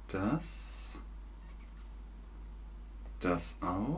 das auch,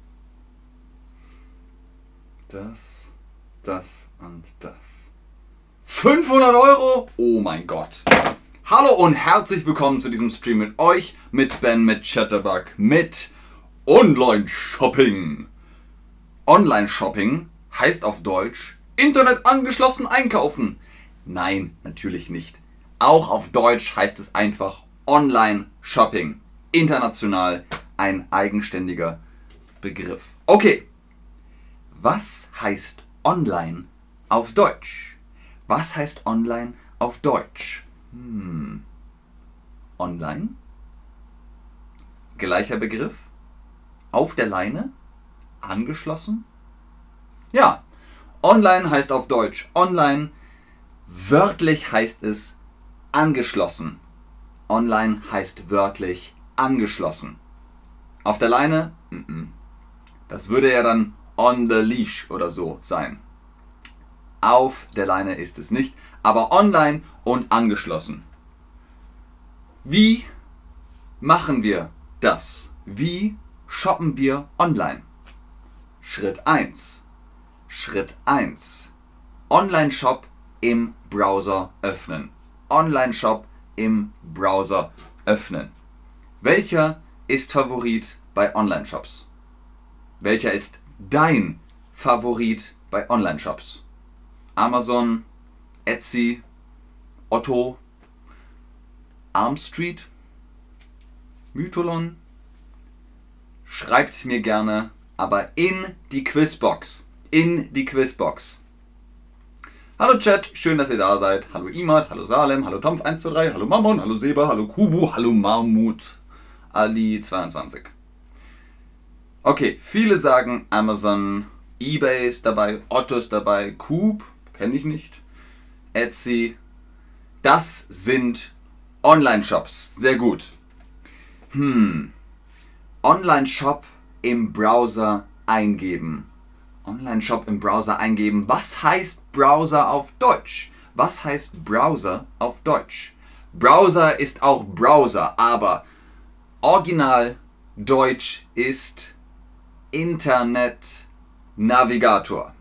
das und das. 500 Euro? Oh mein Gott. Hallo und herzlich willkommen zu diesem Stream mit euch, mit Ben, mit Chatterbug, mit Online-Shopping. Online-Shopping heißt auf Deutsch Internet angeschlossen einkaufen. Nein, natürlich nicht. Auch auf Deutsch heißt es einfach Online-Shopping. International ein eigenständiger Begriff. Okay, was heißt Online auf Deutsch? Was heißt Online auf Deutsch? Online? Gleicher Begriff? Auf der Leine? Angeschlossen? Ja, Online heißt auf Deutsch Online. Wörtlich heißt es angeschlossen. Online heißt wörtlich angeschlossen. Auf der Leine? Das würde ja dann on the leash oder so sein. Auf der Leine ist es nicht, aber online und angeschlossen. Wie machen wir das? Wie shoppen wir online? Schritt 1. Schritt 1. Online-Shop im Browser öffnen. Online-Shop im Browser öffnen. Welcher ist Favorit bei Online-Shops? Welcher ist dein Favorit bei Online-Shops? Amazon, Etsy, Otto, Armstreet, Mytholon? Schreibt mir gerne, aber in die Quizbox. In die Quizbox. Hallo Chat, schön, dass ihr da seid. Hallo Imad, hallo Salem, hallo Tomf123, hallo Mammon, hallo Seba, hallo Kubu, hallo Marmut, Ali22. Okay, viele sagen Amazon, eBay ist dabei, Otto ist dabei, Coop, kenne ich nicht, Etsy. Das sind Online-Shops. Sehr gut. Online-Shop im Browser eingeben. Online-Shop im Browser eingeben. Was heißt Browser auf Deutsch? Was heißt Browser auf Deutsch? Browser ist auch Browser, aber original Deutsch ist Internet Navigator.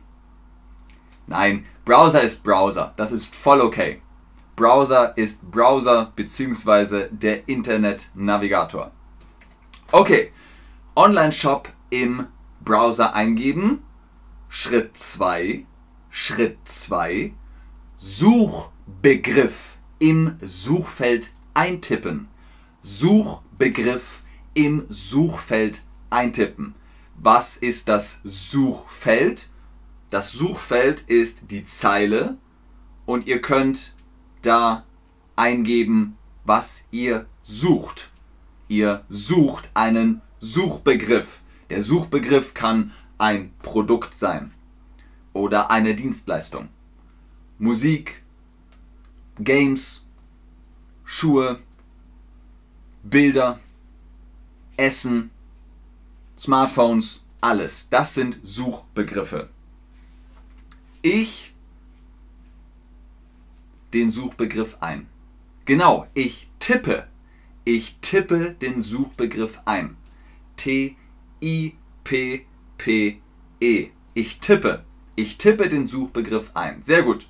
Nein, Browser ist Browser. Das ist voll okay. Browser ist Browser bzw. der Internet Navigator. Okay, Online-Shop im Browser eingeben. Schritt 2. Schritt 2. Suchbegriff im Suchfeld eintippen. Suchbegriff im Suchfeld eintippen. Was ist das Suchfeld? Das Suchfeld ist die Zeile und ihr könnt da eingeben, was ihr sucht. Ihr sucht einen Suchbegriff. Der Suchbegriff kann ein Produkt sein oder eine Dienstleistung. Musik, Games, Schuhe, Bilder, Essen, Smartphones, alles. Das sind Suchbegriffe. Ich den Suchbegriff ein. Genau, ich tippe den Suchbegriff ein. T-I-P-P-E. Ich tippe den Suchbegriff ein. Sehr gut.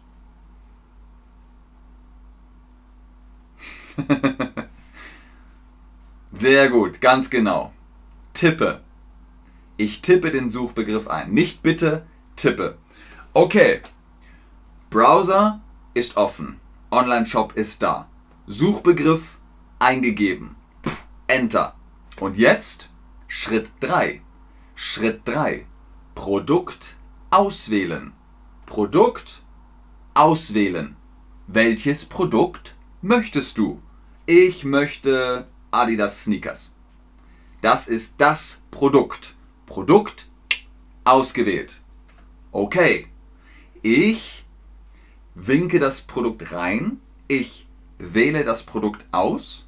Sehr gut, ganz genau. Tippe. Ich tippe den Suchbegriff ein. Nicht bitte, tippe. Okay. Browser ist offen. Online-Shop ist da. Suchbegriff eingegeben. Enter. Und jetzt Schritt 3. Schritt 3. Produkt auswählen. Produkt auswählen. Welches Produkt möchtest du? Ich möchte Adidas Sneakers. Das ist das Produkt. Produkt ausgewählt. Okay. Ich winke das Produkt rein. Ich wähle das Produkt aus.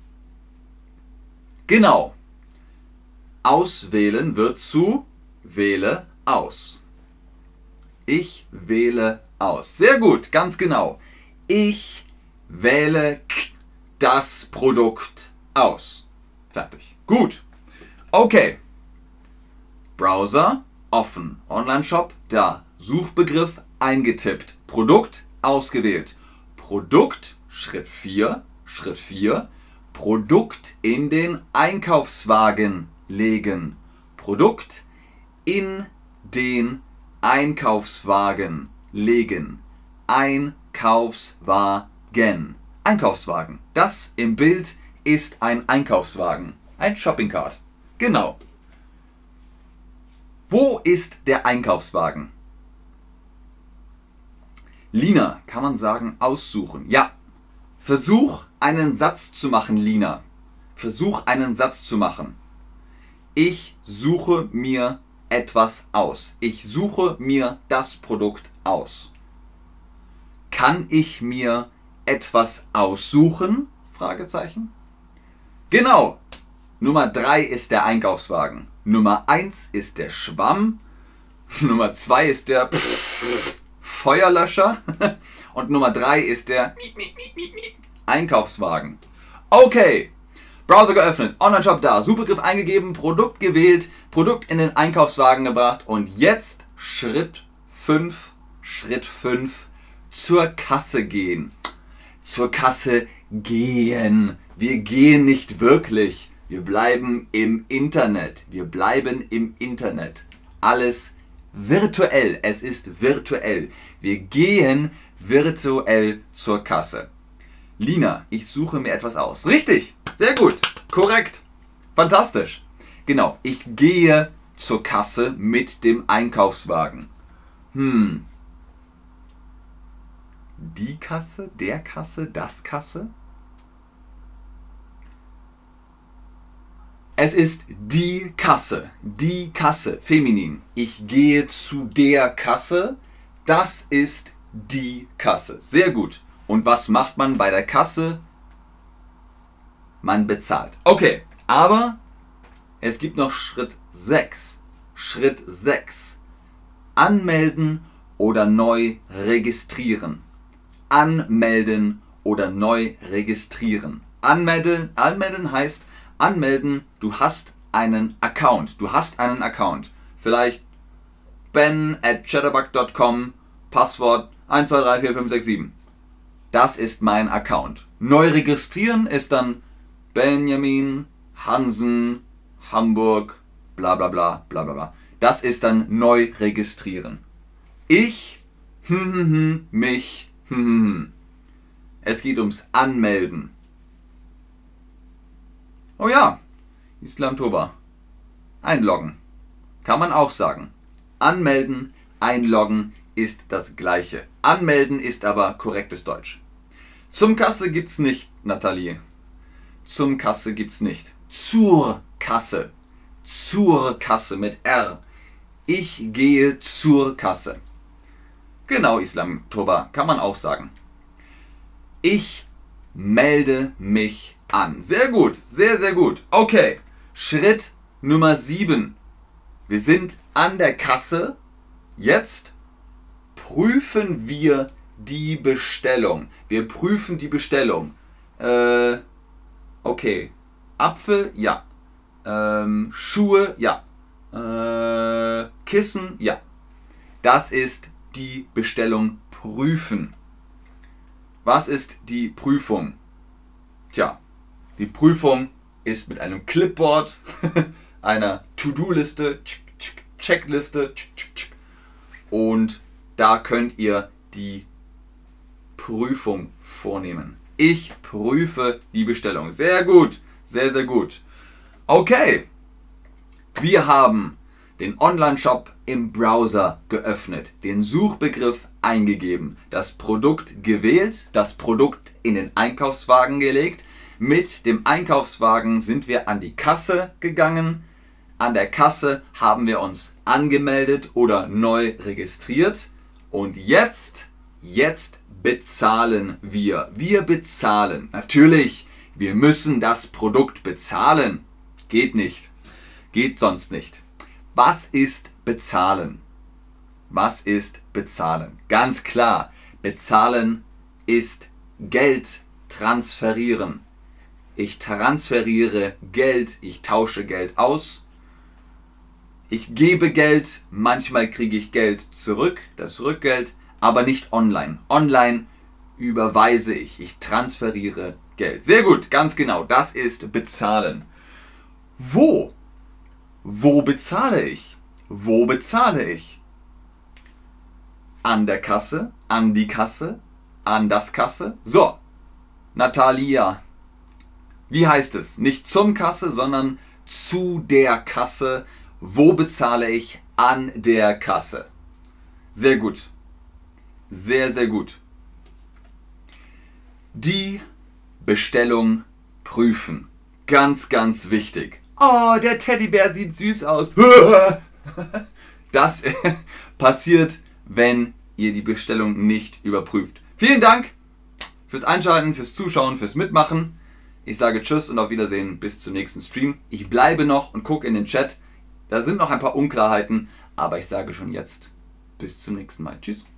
Genau. Auswählen wird zu wähle aus. Ich wähle aus. Sehr gut, ganz genau. Ich wähle das Produkt aus. Fertig. Gut. Okay. Browser offen. Online-Shop da. Suchbegriff eingetippt. Produkt ausgewählt. Produkt, Schritt 4. Schritt 4. Produkt in den Einkaufswagen legen. Produkt in den Einkaufswagen legen. Einkaufswagen. Einkaufswagen. Das im Bild ist ein Einkaufswagen. Ein Shopping-Cart. Genau. Wo ist der Einkaufswagen? Lina, kann man sagen, aussuchen. Ja. Versuch einen Satz zu machen, Lina. Versuch einen Satz zu machen. Ich suche mir etwas aus. Ich suche mir das Produkt aus. Kann ich mir etwas aussuchen? Fragezeichen. Genau. Nummer 3 ist der Einkaufswagen. Nummer 1 ist der Schwamm. Nummer 2 ist der Feuerlöscher. Und Nummer 3 ist der Einkaufswagen. Okay. Browser geöffnet, Online-Shop da, Suchbegriff eingegeben, Produkt gewählt, Produkt in den Einkaufswagen gebracht und jetzt Schritt 5, zur Kasse gehen. Zur Kasse gehen. Wir gehen nicht wirklich. Wir bleiben im Internet. Wir bleiben im Internet. Alles virtuell. Es ist virtuell. Wir gehen virtuell zur Kasse. Lina, ich suche mir etwas aus. Richtig, sehr gut, korrekt, fantastisch. Genau, ich gehe zur Kasse mit dem Einkaufswagen. Die Kasse, der Kasse, das Kasse? Es ist die Kasse, feminin. Ich gehe zu der Kasse, das ist die Kasse. Sehr gut. Und was macht man bei der Kasse? Man bezahlt. Okay, aber es gibt noch Schritt 6. Schritt 6. Anmelden oder neu registrieren. Anmelden oder neu registrieren. Anmelden heißt anmelden, du hast einen Account. Vielleicht ben@chatterbug.com, Passwort 12345667. Das ist mein Account. Neu registrieren ist dann Benjamin, Hansen, Hamburg, bla bla bla bla bla bla. Das ist dann neu registrieren. Ich, mich, Es geht ums Anmelden. Oh ja, Islam Toba. Einloggen. Kann man auch sagen. Anmelden, einloggen ist das Gleiche. Anmelden ist aber korrektes Deutsch. Zum Kasse gibt's nicht, Nathalie. Zum Kasse gibt's nicht. Zur Kasse. Zur Kasse mit R. Ich gehe zur Kasse. Genau, Islam Toba, kann man auch sagen. Ich melde mich an. Sehr gut, sehr, sehr gut. Okay, Schritt Nummer 7. Wir sind an der Kasse. Jetzt prüfen wir die Bestellung. Wir prüfen die Bestellung. Okay. Apfel, ja. Schuhe, ja. Kissen, ja. Das ist die Bestellung prüfen. Was ist die Prüfung? Tja, die Prüfung ist mit einem Clipboard, einer To-Do-Liste, Checkliste und da könnt ihr die Prüfung vornehmen. Ich prüfe die Bestellung. Sehr gut, sehr, sehr gut. Okay, wir haben den Online-Shop im Browser geöffnet, den Suchbegriff eingegeben, das Produkt gewählt, das Produkt in den Einkaufswagen gelegt. Mit dem Einkaufswagen sind wir an die Kasse gegangen. An der Kasse haben wir uns angemeldet oder neu registriert. Und jetzt bezahlen wir. Wir bezahlen. Natürlich, wir müssen das Produkt bezahlen. Geht nicht. Geht sonst nicht. Was ist bezahlen? Was ist bezahlen? Ganz klar, bezahlen ist Geld transferieren. ich transferiere Geld, ich tausche Geld aus. Ich gebe Geld, manchmal kriege ich Geld zurück, das Rückgeld, aber nicht online. Online überweise ich transferiere Geld. Sehr gut, ganz genau, das ist bezahlen. Wo? Wo bezahle ich? Wo bezahle ich? An der Kasse, an die Kasse, an das Kasse. So, Natalia, wie heißt es? Nicht zum Kasse, sondern zu der Kasse. Wo bezahle ich? An der Kasse. Sehr gut. Sehr, sehr gut. Die Bestellung prüfen. Ganz, ganz wichtig. Oh, der Teddybär sieht süß aus. Das passiert, wenn ihr die Bestellung nicht überprüft. Vielen Dank fürs Einschalten, fürs Zuschauen, fürs Mitmachen. Ich sage Tschüss und auf Wiedersehen bis zum nächsten Stream. Ich bleibe noch und gucke in den Chat. Da sind noch ein paar Unklarheiten, aber ich sage schon jetzt bis zum nächsten Mal. Tschüss.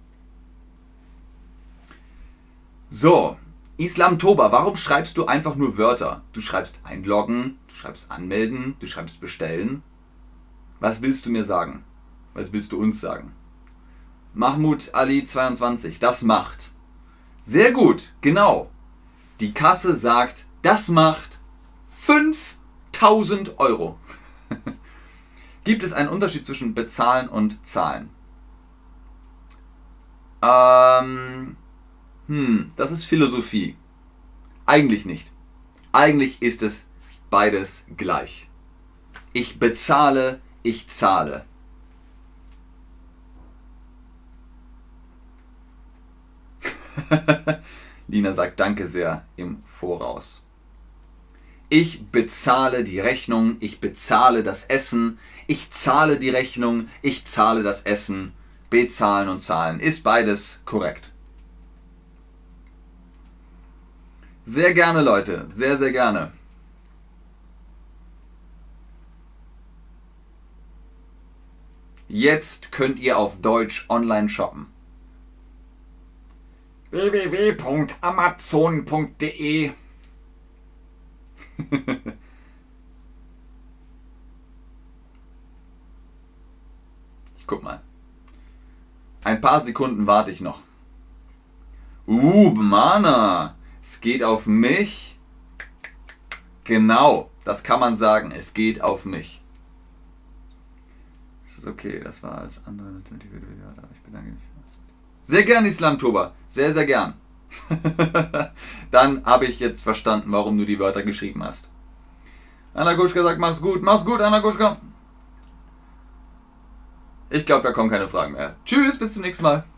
So, Islam Toba, warum schreibst du einfach nur Wörter? Du schreibst einloggen, du schreibst anmelden, du schreibst bestellen. Was willst du mir sagen? Was willst du uns sagen? Mahmoud Ali 22, das macht. Sehr gut, genau. Die Kasse sagt, das macht 5.000 Euro. Gibt es einen Unterschied zwischen bezahlen und zahlen? Das ist Philosophie. Eigentlich nicht. Eigentlich ist es beides gleich. Ich bezahle, ich zahle. Lina sagt danke sehr im Voraus. Ich bezahle die Rechnung, ich bezahle das Essen, ich zahle die Rechnung, ich zahle das Essen. Bezahlen und zahlen ist beides korrekt. Sehr gerne, Leute, sehr, sehr gerne. Jetzt könnt ihr auf Deutsch online shoppen. www.amazon.de Ich guck mal. Ein paar Sekunden warte ich noch. Mana, es geht auf mich. Genau, das kann man sagen. Es geht auf mich. Das ist okay, das war alles andere natürlich. Ich bedanke mich. Sehr gern, Islam Toba. Sehr, sehr gern. Dann habe ich jetzt verstanden, warum du die Wörter geschrieben hast. Anna Guschka sagt, mach's gut, Anna Guschka. Ich glaube, da kommen keine Fragen mehr. Tschüss, bis zum nächsten Mal.